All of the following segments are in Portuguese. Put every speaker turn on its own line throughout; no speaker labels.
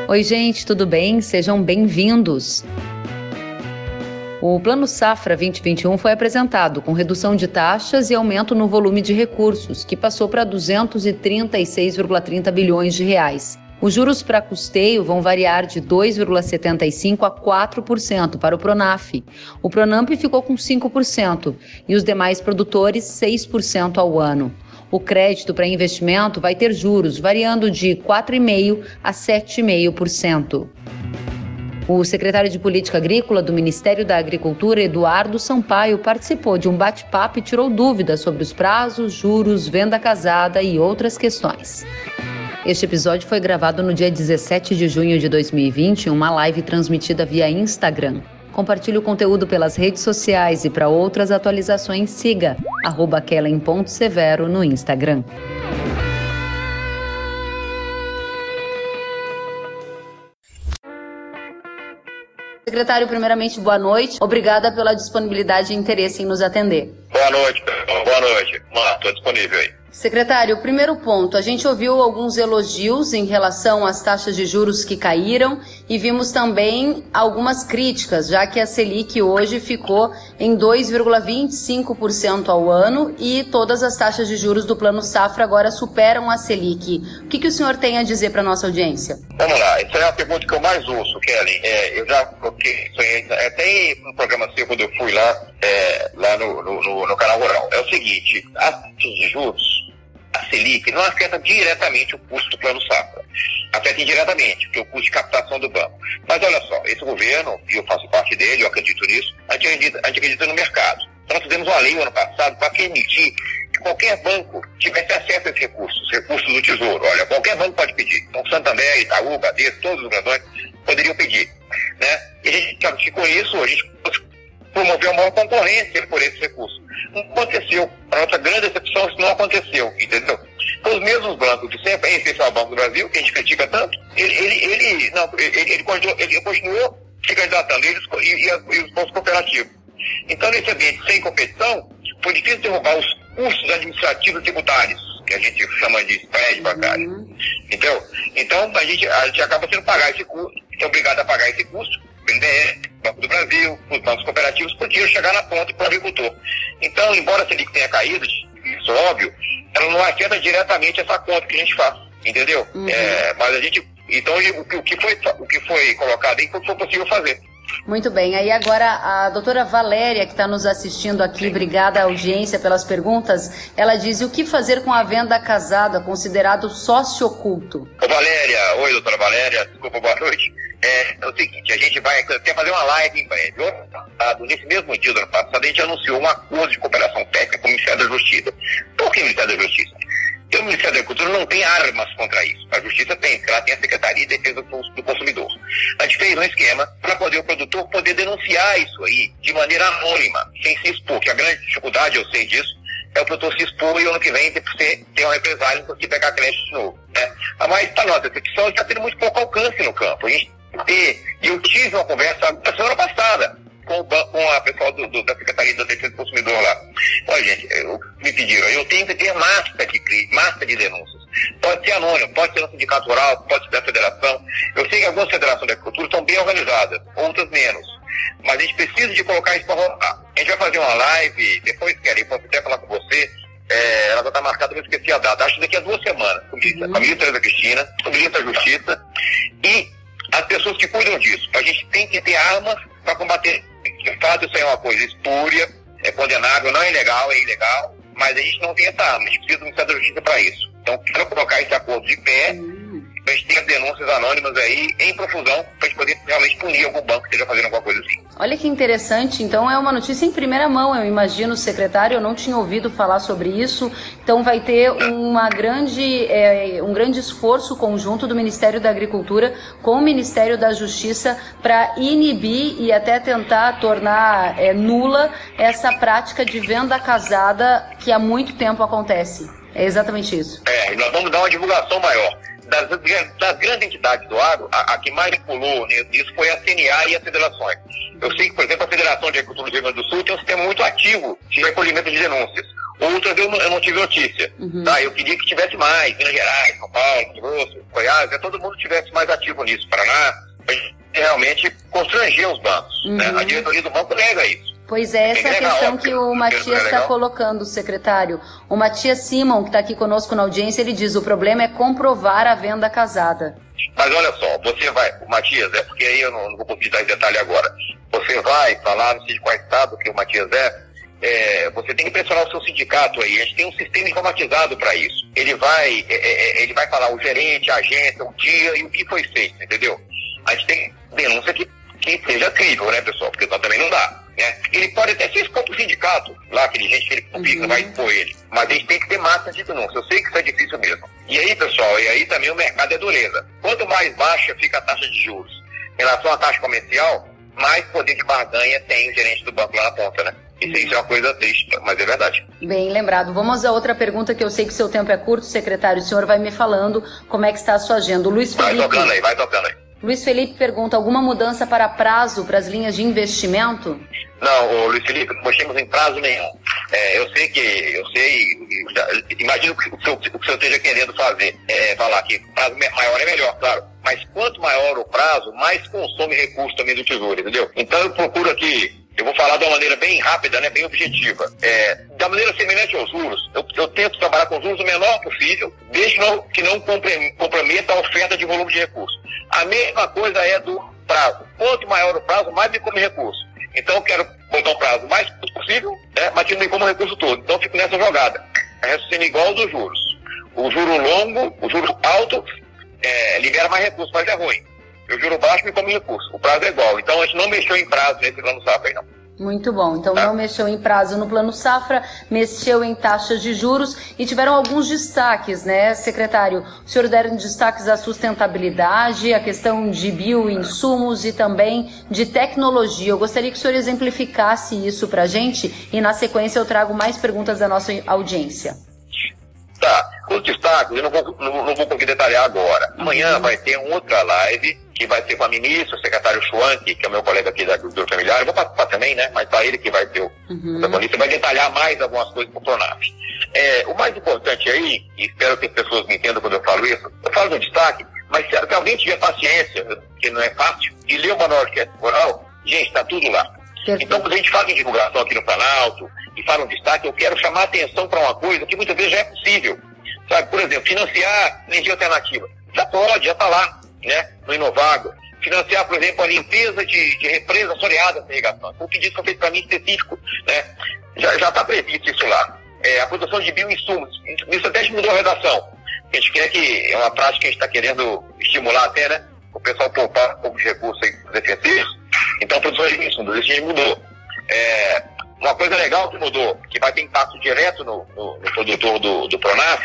Oi, gente, tudo bem? Sejam bem-vindos. O Plano Safra 2021 foi apresentado com redução de taxas e aumento no volume de recursos, que passou para 236,30 bilhões de reais. Os juros para custeio vão variar de 2,75% a 4% para o Pronaf. O Pronamp ficou com 5% e os demais produtores 6% ao ano. O crédito para investimento vai ter juros variando de 4,5% a 7,5%. O secretário de Política Agrícola do Ministério da Agricultura, Eduardo Sampaio, participou de um bate-papo e tirou dúvidas sobre os prazos, juros, venda casada e outras questões. Este episódio foi gravado no dia 17 de junho de 2020 em uma live transmitida via Instagram. Compartilhe o conteúdo pelas redes sociais e para outras atualizações siga @kellen.severo no Instagram. Secretário, primeiramente, boa noite. Obrigada pela disponibilidade e interesse em nos atender.
Boa noite, pessoal. Boa noite. Vamos lá, estou disponível aí.
Secretário, primeiro ponto, a gente ouviu alguns elogios em relação às taxas de juros que caíram e vimos também algumas críticas, já que a Selic hoje ficou em 2,25% ao ano e todas as taxas de juros do Plano Safra agora superam a Selic. O que o senhor tem a dizer para a nossa audiência?
Vamos lá, essa é a pergunta que eu mais ouço, Kellen. Eu já coloquei isso aí, até no programa seu, quando eu fui lá no Canal Rural. É o seguinte, as taxas de juros, a Selic, não afeta diretamente o custo do Plano Safra. Afeta indiretamente, porque é o custo de captação do banco. Mas olha só, esse governo, e eu faço parte dele, eu acredito nisso, a gente acredita no mercado. Então nós fizemos uma lei no ano passado para permitir que qualquer banco tivesse acesso a esses recursos do Tesouro. Olha, qualquer banco pode pedir. Então Santander, Itaú, Bradesco, todos os grandões poderiam pedir. Né? E a gente, com isso, a gente promoveu uma maior concorrência por esses recursos. Não aconteceu. Para nossa grande decepção, isso não aconteceu, entendeu? Então, os mesmos bancos de sempre, em especial o Banco do Brasil, que a gente critica tanto, ele continuou se candidatando, e os bancos cooperativos. Então, nesse ambiente sem competição, foi difícil derrubar os custos administrativos tributários, que a gente chama de spread bancário. Entendeu? Então, a gente acaba sendo pagar esse custo, é obrigado a pagar esse custo. BNDES, Banco do Brasil, os bancos cooperativos podiam chegar na ponta para o agricultor. Então, embora a Selic tenha caído, isso é óbvio, ela não afeta diretamente essa conta que a gente faz, entendeu? Mas a gente, então, o que foi colocado aí foi possível fazer.
Muito bem, aí agora a doutora Valéria, que está nos assistindo aqui, obrigada à audiência pelas perguntas, ela diz: o que fazer com a venda casada, considerado sócio oculto?
Ô Valéria, oi doutora Valéria, desculpa, boa noite. É o seguinte, a gente vai até fazer uma live em breve. Nesse mesmo dia do ano passado, a gente anunciou um acordo de cooperação técnica com o Ministério da Justiça. Por que o Ministério da Justiça? Porque o Ministério da Agricultura não tem armas contra isso. A Justiça tem, ela tem a Secretaria de Defesa do Consumidor. A gente fez um esquema para poder o produtor poder denunciar isso aí de maneira anônima, sem se expor, que a grande dificuldade, eu sei disso, é o produtor se expor e ano que vem ter uma represália e conseguir pegar crédito de novo. Né? Mas, para nossa decepção, está tendo muito pouco alcance no campo. E eu tive uma conversa na semana passada com a pessoal da Secretaria da Defesa do Consumidor lá. Olha, gente, me pediram, eu tenho que ter massa de denúncias. Pode ser anônimo, pode ser no sindicato rural, pode ser da federação. Eu sei que algumas federações da agricultura estão bem organizadas, outras menos. Mas a gente precisa de colocar isso para rodar. A gente vai fazer uma live, depois, Kelly, eu posso até falar com você, ela já está marcada, eu esqueci a data, acho que daqui a 2 semanas, com a ministra Tereza Cristina, com o ministro da Justiça, e as pessoas que cuidam disso. A gente tem que ter armas para combater. De fato, isso é uma coisa espúria, é condenável, não é ilegal, é ilegal, mas a gente não tem essa arma, a gente precisa do Ministério da Justiça para isso. Então, quero colocar esse acordo de pé, para a gente ter as denúncias anônimas aí em profusão, para a gente poder realmente punir algum banco que esteja fazendo alguma coisa assim.
Olha que interessante, então é uma notícia em primeira mão, eu imagino, secretário, eu não tinha ouvido falar sobre isso, então vai ter um grande esforço conjunto do Ministério da Agricultura com o Ministério da Justiça para inibir e até tentar tornar nula essa prática de venda casada que há muito tempo acontece. É exatamente isso.
Nós vamos dar uma divulgação maior. Das grandes entidades do agro, a que mais pulou nisso foi a CNA e as federações. Eu sei que, por exemplo, a Federação de Agricultura do Rio Grande do Sul tem um sistema muito ativo de recolhimento de denúncias. Outras eu não tive notícia. Tá? Eu queria que tivesse mais, Minas Gerais, São Paulo, Mato Grosso, Goiás, todo mundo tivesse mais ativo nisso, Paraná, pra gente realmente constranger os bancos. Né? A diretoria do banco nega isso.
Pois é, essa é a questão que o Matias está colocando, secretário. O Matias Simon, que está aqui conosco na audiência, ele diz: o problema é comprovar a venda casada.
Mas olha só, você vai, Matias, porque aí eu não vou conseguir dar em detalhe agora. Você vai falar, não sei de qual estado que o Matias você tem que pressionar o seu sindicato aí. A gente tem um sistema informatizado para isso. Ele vai falar o gerente, a agência, o dia e o que foi feito, entendeu? A gente tem denúncia que seja crível, né, pessoal? Porque então também não dá. Né? Ele pode até ser expor pro sindicato, lá aquele gente que ele confia, vai expor ele. Mas a gente tem que ter massa de denúncia. Eu sei que isso é difícil mesmo. E aí, pessoal, também o mercado é dureza. Quanto mais baixa fica a taxa de juros em relação à taxa comercial, mais poder de barganha tem o gerente do banco lá na ponta, né? Isso é uma coisa triste, mas é verdade.
Bem lembrado. Vamos a outra pergunta, que eu sei que o seu tempo é curto, secretário. O senhor vai me falando como é que está a sua agenda. O Luiz Felipe...
Vai tocando aí.
Luiz Felipe pergunta: alguma mudança para prazo para as linhas de investimento?
Não, Luiz Felipe, não mexemos em prazo nenhum. Imagino que o senhor esteja querendo falar que prazo maior é melhor, claro. Mas quanto maior o prazo, mais consome recurso também do Tesouro, entendeu? Então eu procuro aqui, eu vou falar de uma maneira bem rápida, né, bem objetiva. Da maneira semelhante aos juros, eu tento trabalhar com os juros o menor possível, desde que não comprometa a oferta de volume de recursos. A mesma coisa é do prazo. Quanto maior o prazo, mais me come recurso. Então eu quero botar um prazo mais curto possível, né, mas que não me coma o recurso todo. Então eu fico nessa jogada. É raciocínio igual ao dos juros. O juro longo, o juro alto, libera mais recursos, mas é ruim. E o juro baixo me come recurso. O prazo é igual. Então a gente não mexeu em prazo nesse plano safra aí, não.
Muito bom. Então não mexeu em prazo no plano safra, mexeu em taxas de juros e tiveram alguns destaques, né, secretário? O senhor deram destaques à sustentabilidade, a questão de bioinsumos e também de tecnologia. Eu gostaria que o senhor exemplificasse isso para a gente e na sequência eu trago mais perguntas da nossa audiência.
Tá, os destaques eu não vou conseguir detalhar agora. Amanhã vai ter uma outra live que vai ser com a ministra, o secretário Schwank, que é o meu colega aqui da agricultura familiar. Eu vou participar também, né? Mas para ele que vai ter o protagonista, vai detalhar mais algumas coisas para o Pronaf. O mais importante aí, e espero que as pessoas me entendam quando eu falo isso, eu falo do destaque, mas se alguém tiver paciência, que não é fácil, e ler o manual de ética moral, gente, está tudo lá. Então, quando a gente fala em divulgação aqui no Planalto e fala um destaque, eu quero chamar a atenção para uma coisa que muitas vezes já é possível. Sabe, por exemplo, financiar energia alternativa. Já pode, já está lá, né, no Inovago. Financiar, por exemplo, a limpeza de represas soreadas de irrigação. O pedido foi feito para mim específico, né? Já está previsto isso lá. A produção de bioinsumos. Isso até mudou a redação. A gente quer que é uma prática que a gente está querendo estimular até, né? O pessoal poupar um pouco de recursos aí defensivos. Então, a produção de bioinsumos, isso a gente mudou. Uma coisa legal que mudou, que vai ter impacto direto no produtor do Pronaf,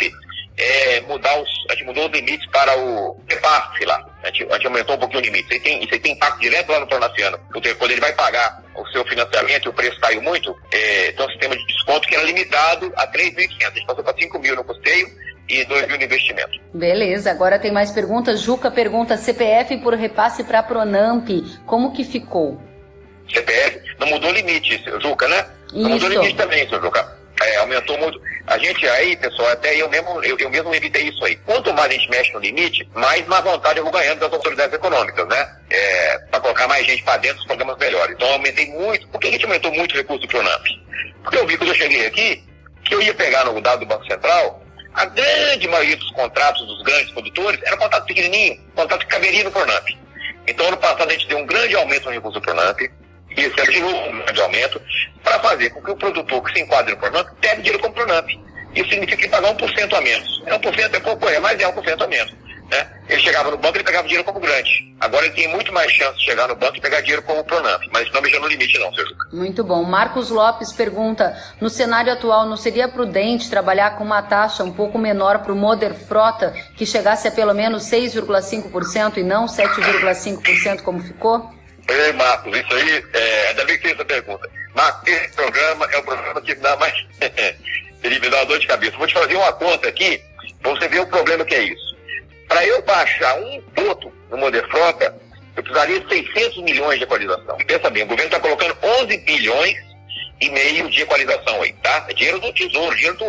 a gente mudou os limites para o repasse lá. A gente aumentou um pouquinho o limite. Isso aí tem impacto direto lá no Pronafiano. Quando ele vai pagar o seu financiamento e o preço caiu muito, tem um sistema de desconto que era limitado a 3.500. A gente passou para 5.000 no custeio e 2.000 no investimento.
Beleza, agora tem mais perguntas. Juca pergunta: CPF por repasse para a Pronamp, como que ficou?
CPF, não mudou o limite, Juca, né? Não mudou o limite também, seu Juca. Aumentou muito. A gente aí, pessoal, até eu mesmo evitei isso aí. Quanto mais a gente mexe no limite, mais vontade eu vou ganhando das autoridades econômicas, né? Para colocar mais gente para dentro dos programas melhores. Então eu aumentei muito. Por que a gente aumentou muito o recurso do Pronamp? Porque eu vi quando eu cheguei aqui, que eu ia pegar no dado do Banco Central, a grande maioria dos contratos dos grandes produtores era contrato pequenininho, contrato que caberia no Pronamp. Então ano passado a gente deu um grande aumento no recurso do Pronamp, e esse é de novo um grande aumento, para fazer com que o produtor que se enquadre no Pronamp pegue dinheiro com o Pronamp. Isso significa pagar 1% a menos. 1% é pouco, mas é 1% a menos. Né? Ele chegava no banco e pegava dinheiro como grande. Agora ele tem muito mais chance de chegar no banco e pegar dinheiro como Pronamp, mas não mexendo no limite não, seu Juca.
Muito bom. Marcos Lopes pergunta: no cenário atual não seria prudente trabalhar com uma taxa um pouco menor para o Moder Frota, que chegasse a pelo menos 6,5% e não 7,5% como ficou?
Ei, Marcos, isso aí, ainda bem que tem essa pergunta. Marcos, esse programa é o programa que me dá mais... ele me dá uma dor de cabeça. Vou te fazer uma conta aqui, para você ver o problema que é isso. Para eu baixar um ponto no Moder Frota, eu precisaria de 600 milhões de equalização. E pensa bem, o governo está colocando 11 bilhões e meio de equalização aí, tá? É dinheiro do Tesouro, dinheiro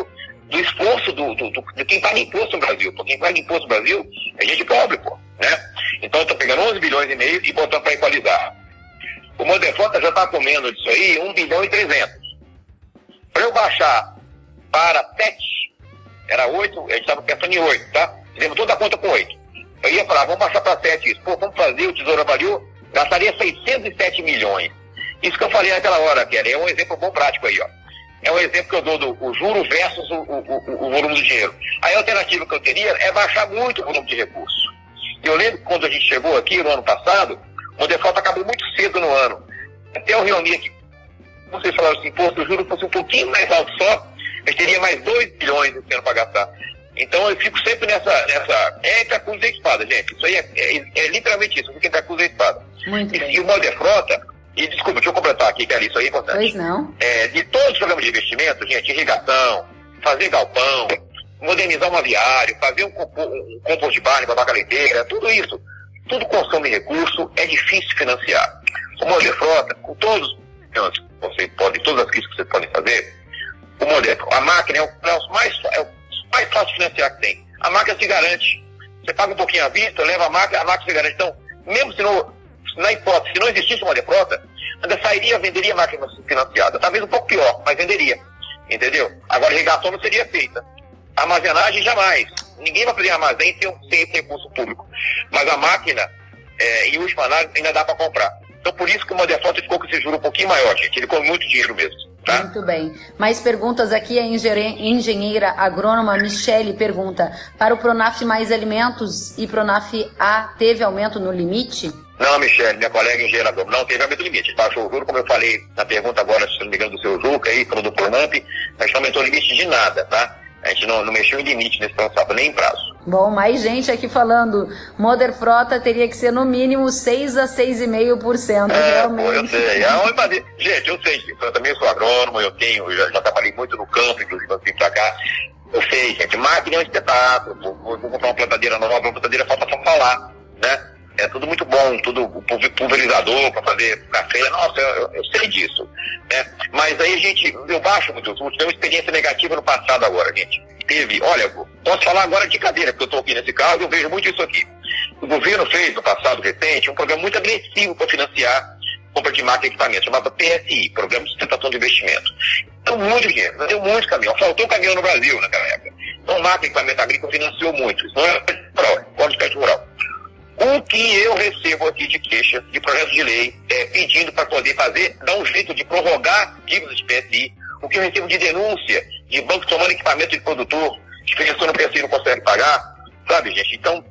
do esforço de quem paga imposto no Brasil. Porque quem paga imposto no Brasil é gente pobre, pô, né? Então eu estou pegando 11 bilhões e meio e botando para equalizar. O Moderfrota já está comendo disso aí 1 bilhão e 300. Para eu baixar para 7, era 8, a gente estava pensando em 8, tá? Fizemos toda a conta com 8. Eu ia falar, vamos baixar para 7 isso. Pô, vamos fazer, o Tesouro avaliou, gastaria 607 milhões. Isso que eu falei naquela hora, Kelly, é um exemplo bom prático aí, ó. É um exemplo que eu dou do juro versus o volume do dinheiro. A alternativa que eu teria é baixar muito o volume de recursos. Eu lembro que quando a gente chegou aqui no ano passado, o Moderfrota acabou muito cedo no ano. Até eu reuni aqui, vocês falaram assim, pô, se o juro fosse um pouquinho mais alto só, eu teria mais 2 bilhões esse ano para gastar. Então eu fico sempre nessa entre a cruz e a espada, gente. Isso aí é literalmente isso, fica entre a cruz e a espada.
Muito bem.
E o Moderfrota, e desculpa, deixa eu completar aqui, Kelly, isso aí é importante.
Pois não.
De todos os programas de investimento, gente, irrigação, fazer galpão, modernizar uma aviário, fazer um composto de barro para vaca leiteira, tudo isso, tudo consome recurso, é difícil financiar. O Moderfrota, com todas as críticas que vocês podem fazer, a máquina é o mais fácil de financiar que tem. A máquina se garante. Você paga um pouquinho à vista, leva a máquina se garante. Então, mesmo se não, na hipótese, se não existisse uma Moderfrota, ainda sairia, venderia a máquina financiada. Talvez um pouco pior, mas venderia. Entendeu? Agora, irrigação não seria feita. Armazenagem, jamais. Ninguém vai fazer armazém sem esse recurso público. Mas a máquina, em última análise, ainda dá para comprar. Então, por isso que o Moderfrota ficou com esse juro um pouquinho maior, gente. Ele come muito dinheiro mesmo. Tá?
Muito bem. Mais perguntas aqui. A engenheira agrônoma Michele pergunta: para o Pronaf Mais Alimentos e Pronaf A, teve aumento no limite?
Não, Michele, minha colega engenheira agrônoma, não teve aumento no limite. Baixou o juro, como eu falei na pergunta agora, se não me engano, do seu Juca aí, falou do Pronamp, a gente não aumentou o limite de nada, tá? A gente não mexeu em limite nesse plano, nem em prazo.
Bom, mais gente aqui falando, Moderfrota teria que ser no mínimo 6 a 6,5%, realmente.
Pô, eu sei. Gente, eu sei, eu também sou agrônomo, eu já trabalhei muito no campo, inclusive, antes de vir pra cá. Eu sei, gente, máquina é um espetáculo. Vou comprar uma plantadeira nova, uma plantadeira falta só falar, né? É tudo muito bom, tudo pulverizador para fazer café. Nossa, eu sei disso, né? Mas aí eu baixo muito os custos. Tem uma experiência negativa no passado agora, gente. Olha, posso falar agora de cadeira, porque eu estou aqui nesse caso e eu vejo muito isso aqui. O governo fez, no passado recente, um programa muito agressivo para financiar compra de máquina e equipamento, chamado PSI, Programa de Sustentação de Investimento. Então, muito dinheiro, deu muito caminhão. Faltou caminhão no Brasil naquela época. Então, máquina e equipamento agrícola financiou muito. Isso não é Código de Crédito Rural. O que eu recebo aqui de queixa, de projeto de lei, pedindo para poder dar um jeito de prorrogar dívidas de PSI, o que eu recebo de denúncia de banco tomando equipamento de produtor, que pensou no PSI não consegue pagar, sabe, gente? Então,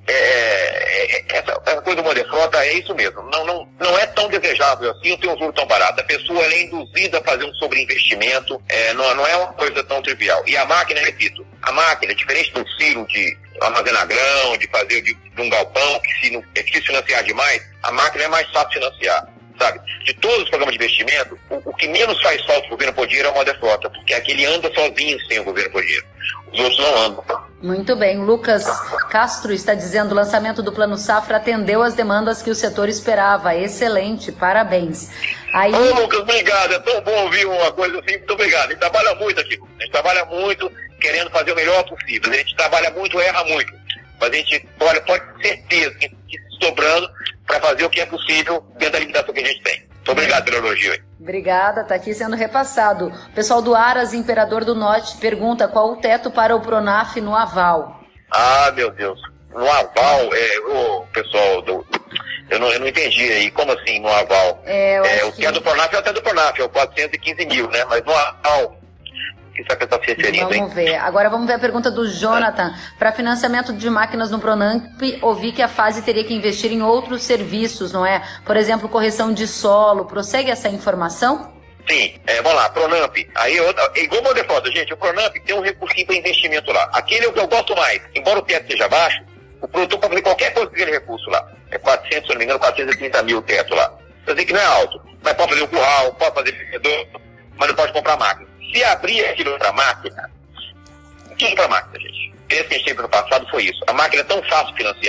essa coisa do Moderfrota é isso mesmo. Não é tão desejável assim ter um juro tão barato. A pessoa é induzida a fazer um sobreinvestimento, não é uma coisa tão trivial. E a máquina, repito, diferente do silo de armazenar grão, de fazer de um galpão, que é difícil financiar demais, a máquina é mais fácil financiar, sabe? De todos os programas de investimento, o que menos faz falta o governo por dinheiro é o Moderfrota, porque aquele anda sozinho sem o governo por dinheiro. Os outros não andam.
Muito bem. Lucas Castro está dizendo: o lançamento do Plano Safra atendeu as demandas que o setor esperava. Excelente, parabéns. Aí...
Ô, Lucas, obrigado. É tão bom ouvir uma coisa assim. Muito obrigado. A gente trabalha muito aqui. A gente trabalha muito querendo fazer o melhor possível. A gente trabalha muito, erra muito. Mas a gente pode ter certeza que sobrando para fazer o que é possível dentro da limitação que a gente tem. Muito obrigado pelo elogio aí.
Obrigada, está aqui sendo repassado. O pessoal do Aras, Imperador do Norte, pergunta qual o teto para o Pronaf no aval.
Ah, meu Deus. No aval, o pessoal, eu não entendi aí. Como assim no aval? O teto do Pronaf é o teto do Pronaf, é o 415 mil, né? Mas no aval, o que você está se referindo,
Vamos ver. Agora vamos ver a pergunta do Jonathan. Para financiamento de máquinas no Pronamp, ouvi que a fase teria que investir em outros serviços, não é? Por exemplo, correção de solo. Prossegue essa informação?
Sim. Vamos lá, Pronamp. Aí, igual o Moderfrota, gente, o Pronamp tem um recursinho para investimento lá. Aquele é o que eu gosto mais. Embora o teto seja baixo, o produtor pode fazer qualquer coisa com aquele recurso lá. É 400, se não me engano, 430 mil o teto lá. Quer dizer que não é alto. Mas pode fazer o curral, pode fazer fedor, mas não pode comprar máquina. Se abrir aquilo para máquina, o que é para máquina, gente? Esse que a gente teve no passado foi isso. A máquina é tão fácil de financiar,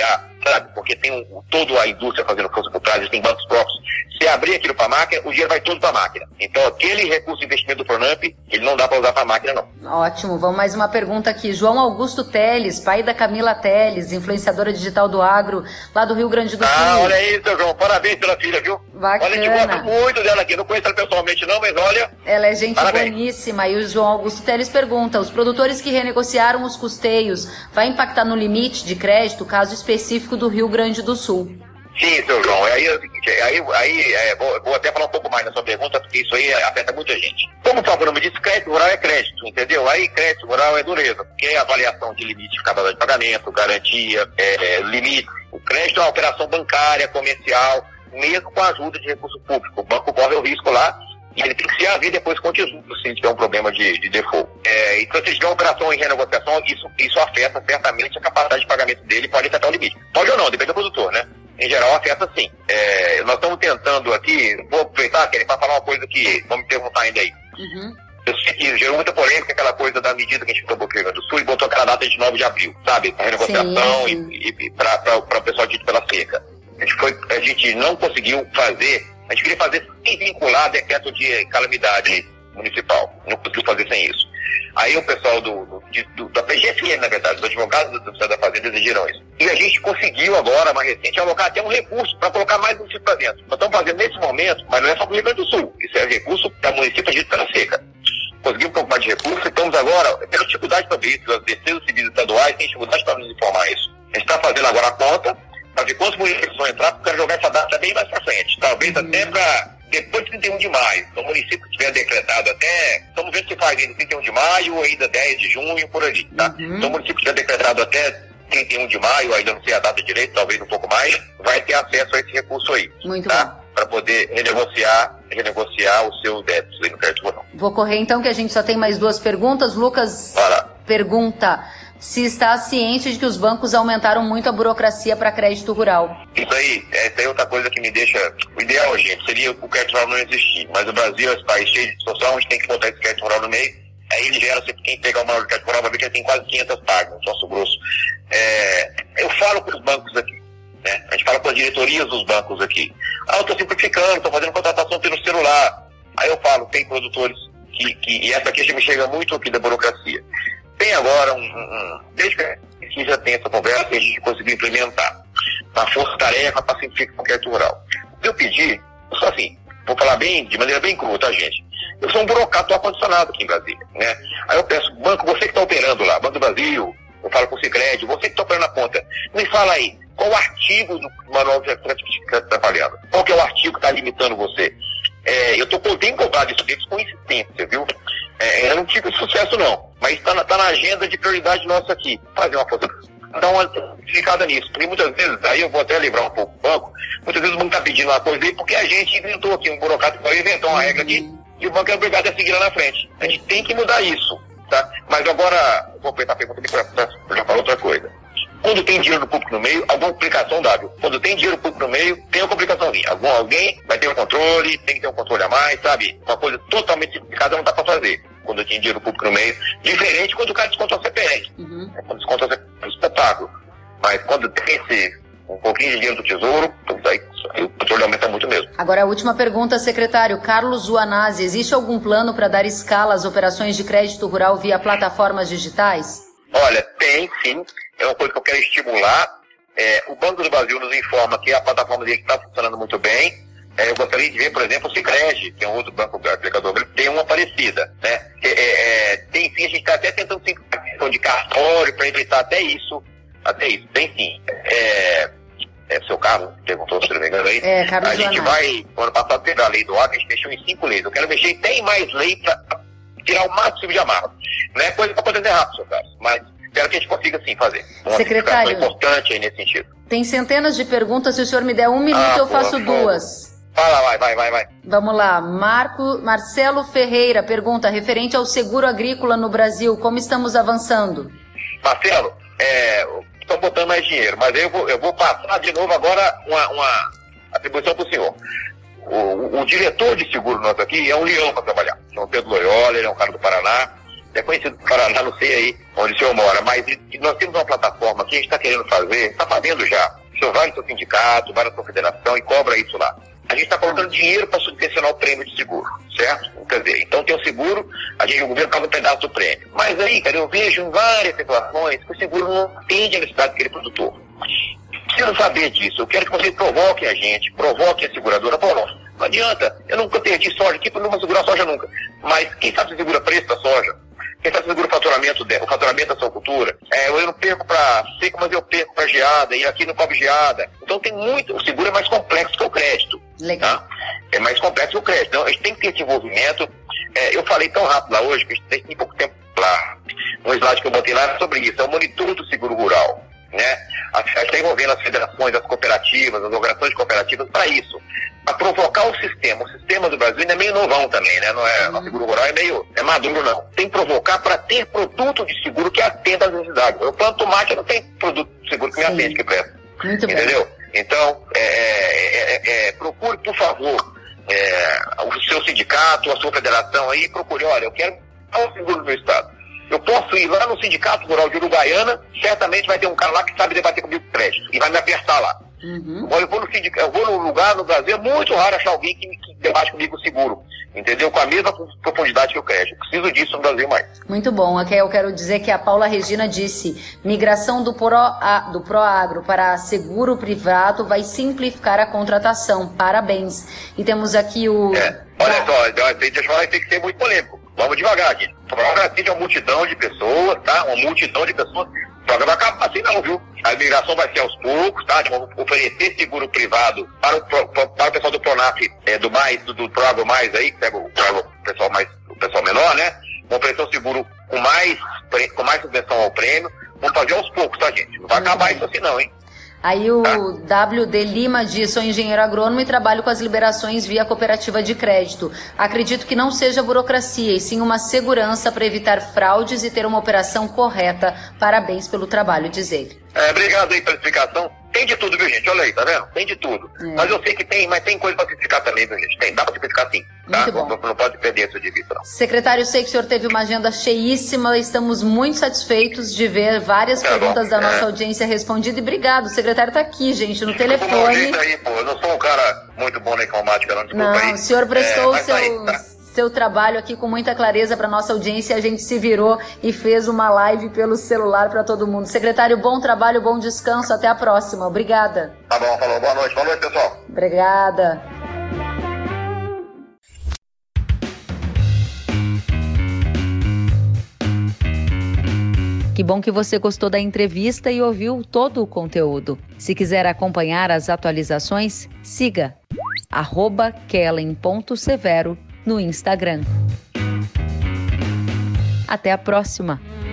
sabe? Porque tem toda a indústria fazendo força por trás, tem bancos próprios. Se abrir aquilo para a máquina, o dinheiro vai todo para a máquina. Então, aquele recurso de investimento do Pronamp, ele não dá para usar para a máquina, não.
Ótimo. Vamos mais uma pergunta aqui. João Augusto Teles, pai da Camila Teles, influenciadora digital do agro, lá do Rio Grande do Sul.
Olha aí, seu João. Parabéns pela filha, viu?
Bacana.
Olha, a gente gosta muito dela aqui. Não conheço ela pessoalmente, não, mas olha...
Ela é gente
parabéns.
boníssima. E o João Augusto Teles pergunta, os produtores que renegociaram os custeios, vai impactar no limite de crédito, caso específico do Rio Grande do Sul?
Sim, seu João. Aí é o seguinte, vou até falar um pouco mais na sua pergunta, porque isso aí afeta muita gente. Como o próprio nome diz, crédito rural é crédito, entendeu? Aí crédito rural é dureza, porque é avaliação de limite de capacidade de pagamento, garantia, limite. O crédito é uma operação bancária, comercial, mesmo com a ajuda de recurso público. O banco corre o risco lá e ele tem que se haver depois com tesouro se tiver um problema de default. Então, se tiver uma operação em renegociação, isso afeta certamente a capacidade de pagamento dele, pode afetar o limite. Pode ou não, depende do produtor, né? Em geral, afeta sim. Nós estamos tentando aqui, vou aproveitar, Kelly, para falar uma coisa que vão me perguntar ainda aí.
Uhum.
Eu sei que gerou muita polêmica aquela coisa da medida que a gente tomou no Rio Grande do Sul e botou aquela data de 9 de abril, sabe? A renegociação e para o pessoal dito pela seca. A gente não conseguiu fazer, a gente queria fazer sem vincular decreto de calamidade municipal. Não conseguiu fazer sem isso. Aí o pessoal da PGFN, na verdade, os advogados do Ministério da Fazenda exigiram isso. E a gente conseguiu agora, mais recente, alocar até um recurso para colocar mais município para dentro. Nós estamos fazendo nesse momento, mas não é só para o Rio Grande do Sul. Isso é recurso da município agido pela seca. Conseguimos um pouco mais de recurso e estamos agora, pela dificuldade para ver isso, as defesas civis estaduais têm dificuldade para nos informar isso. A gente está fazendo agora a conta para ver quantos municípios vão entrar, porque eu quero jogar essa data bem mais para frente. Talvez até para depois de 31 de maio. Então o município tiver decretado até, estamos vendo se faz ainda 31 de maio ou ainda 10 de junho, por ali, tá? Então o município tiver decretado até 31 de maio, ainda não sei a data direito, talvez um pouco mais, vai ter acesso a esse recurso aí.
Muito
tá?
bom.
Para poder renegociar o seu débito aí no crédito rural.
Vou correr então, que a gente só tem mais 2 perguntas. Lucas pergunta se está ciente de que os bancos aumentaram muito a burocracia para crédito rural.
Isso aí é outra coisa que me deixa... O ideal, gente, seria o crédito rural não existir. Mas o Brasil é esse país cheio de distorção, onde tem que botar esse crédito rural no meio. Aí ele gera, sempre quem pegar o maior crédito rural vai ver que ele tem quase 500 páginas, no nosso grosso. Eu falo com os bancos aqui, né? A gente fala com as diretorias dos bancos aqui. Eu estou simplificando, estou fazendo contratação pelo celular. Aí eu falo, tem produtores e essa queixa me chega muito aqui da burocracia. Tem agora desde que já tem essa conversa e a gente conseguiu implementar uma força-tarefa para simplificar o crédito rural. Eu pedi, só assim, vou falar de maneira bem crua, tá, gente? Eu sou um burocrata ar-condicionado aqui em Brasília, né? Aí eu peço, banco, você que está operando lá, Banco do Brasil, eu falo com o Sicredi, você que está operando na ponta, me fala aí, qual o artigo do manual de crédito que está trabalhando? Qual que é o artigo que está limitando você? Eu tenho cobrado isso deles com insistência, viu? Eu não tive sucesso não, mas está na agenda de prioridade nossa aqui, fazer uma força, dar uma simplificada nisso, porque muitas vezes, aí eu vou até livrar um pouco o banco, muitas vezes o banco está pedindo uma coisa aí, porque a gente inventou aqui, um burocrata que inventou uma regra aqui, e o banco é obrigado a seguir lá na frente. A gente tem que mudar isso, tá? Mas agora, vou aproveitar a pergunta para já falar outra coisa. Quando tem dinheiro do público no meio, alguma complicação dá, viu? Quando tem dinheiro público no meio, tem uma complicaçãozinha. Alguém vai ter um controle, tem que ter um controle a mais, sabe? Uma coisa totalmente simplificada não dá para fazer. Quando tem dinheiro público no meio, diferente quando o cara desconta o CPF. Quando desconta o CPF é um espetáculo. Mas quando tem um pouquinho de dinheiro do tesouro, aí o controle aumenta muito mesmo.
Agora a última pergunta, secretário. Carlos Zuanazzi, existe algum plano para dar escala às operações de crédito rural via plataformas digitais?
Olha, tem sim. É uma coisa que eu quero estimular. O Banco do Brasil nos informa que a plataforma dele está funcionando muito bem. Eu gostaria de ver, por exemplo, o Sicredi, que é um outro banco aplicador, tem uma parecida, né? Tem sim, a gente está até tentando simplificação de cartório para evitar até isso. Tem sim. Seu Carlos perguntou, se não me engano aí.
Carlos
a gente vai, ano passado teve a lei do agro, a gente mexeu em 5 leis. Eu quero mexer, tem mais lei para tirar o máximo de amarro. Não é coisa para poder errar, seu Carlos, mas espero que a gente consiga sim fazer. Uma
secretário,
importante aí nesse sentido.
Tem centenas de perguntas, se o senhor me der 1 minuto eu faço 2.
Vai.
Vamos lá, Marcelo Ferreira pergunta, referente ao seguro agrícola no Brasil, como estamos avançando?
Marcelo, estão botando mais dinheiro, mas eu vou passar de novo agora uma atribuição para o senhor. O diretor de seguro nosso aqui é um leão para trabalhar. São Pedro Loyola, ele é um cara do Paraná. É conhecido do Paraná, não sei aí onde o senhor mora, mas nós temos uma plataforma que a gente está querendo fazer, está fazendo já, vai no seu sindicato, vai na sua federação e cobra isso lá. A gente está colocando dinheiro para subvencionar o prêmio de seguro, certo? Quer dizer, então tem o seguro, o governo paga um pedaço do prêmio. Mas aí, cara, eu vejo em várias situações que o seguro não atende a necessidade daquele produtor. Preciso saber disso. Eu quero que vocês provoquem a gente, provoquem a seguradora. Pô, não adianta, eu nunca perdi soja aqui, porque eu não vou segurar soja nunca. Mas quem sabe se segura preço da soja? Quem sabe se segura o faturamento da sua cultura? Eu não perco para seco, mas eu perco para geada, e aqui não cobre geada. Então tem muito, o seguro é mais complexo que o crédito.
Legal.
Tá? É mais complexo que o crédito. Então a gente tem que ter desenvolvimento. Eu falei tão rápido lá hoje, que a gente tem pouco tempo lá. Um slide que eu botei lá era sobre isso, é o monitor do seguro rural. Né? A gente está envolvendo as federações, as cooperativas, as organizações de cooperativas para isso, para provocar o sistema. O sistema do Brasil ainda é meio novão também, né? Não é, o seguro rural é maduro, não. Tem que provocar para ter produto de seguro que atenda às necessidades. Eu planto tomate, não tem produto de seguro que me atende, que presta.
Muito
entendeu?
Bem.
Então, procure, por favor, o seu sindicato, a sua federação aí, procure, olha, eu quero dar um seguro no meu estado. Eu posso ir lá no Sindicato Rural de Uruguaiana, certamente vai ter um cara lá que sabe debater comigo crédito e vai me apertar lá.
Uhum.
Eu vou num lugar no Brasil, é muito raro achar alguém que debate comigo o seguro, entendeu? Com a mesma profundidade que o crédito. Eu preciso disso no Brasil mais.
Muito bom. Aqui eu quero dizer que a Paula Regina disse: migração do Proagro para seguro privado vai simplificar a contratação. Parabéns. E temos aqui o...
Olha só, deixa eu falar, tem que ser muito polêmico. Vamos devagar, gente. O programa atende uma multidão de pessoas, tá? Uma multidão de pessoas. O programa vai acabar assim não, viu? A imigração vai ser aos poucos, tá? Vamos oferecer seguro privado para o pessoal do Pronaf, do Proagro Mais aí, que pega o pessoal menor, né? Vamos oferecer um seguro com mais subvenção ao prêmio. Vamos fazer aos poucos, tá, gente? Não vai acabar isso assim não, hein?
Aí o WD Lima diz: sou engenheiro agrônomo e trabalho com as liberações via cooperativa de crédito. Acredito que não seja burocracia, e sim uma segurança para evitar fraudes e ter uma operação correta. Parabéns pelo trabalho, diz ele.
Obrigado aí pela explicação. Tem de tudo, viu, gente? Olha aí, tá vendo? Tem de tudo. Mas eu sei que tem coisa pra simplificar também, viu, gente? Dá pra simplificar sim, tá? Não pode perder isso de vista, não.
Secretário, sei que o senhor teve uma agenda cheíssima, estamos muito satisfeitos de ver várias perguntas da nossa audiência respondidas, e obrigado, o secretário tá aqui, gente, no telefone.
Aí, pô. Eu não sou um cara muito bom na informática, não, desculpa aí.
Não, o senhor prestou seu trabalho aqui com muita clareza para nossa audiência, a gente se virou e fez uma live pelo celular para todo mundo. Secretário, bom trabalho, bom descanso, até a próxima. Obrigada.
Tá bom, falou. Boa noite, pessoal.
Obrigada.
Que bom que você gostou da entrevista e ouviu todo o conteúdo. Se quiser acompanhar as atualizações, siga @kellen.severo no Instagram. Até a próxima!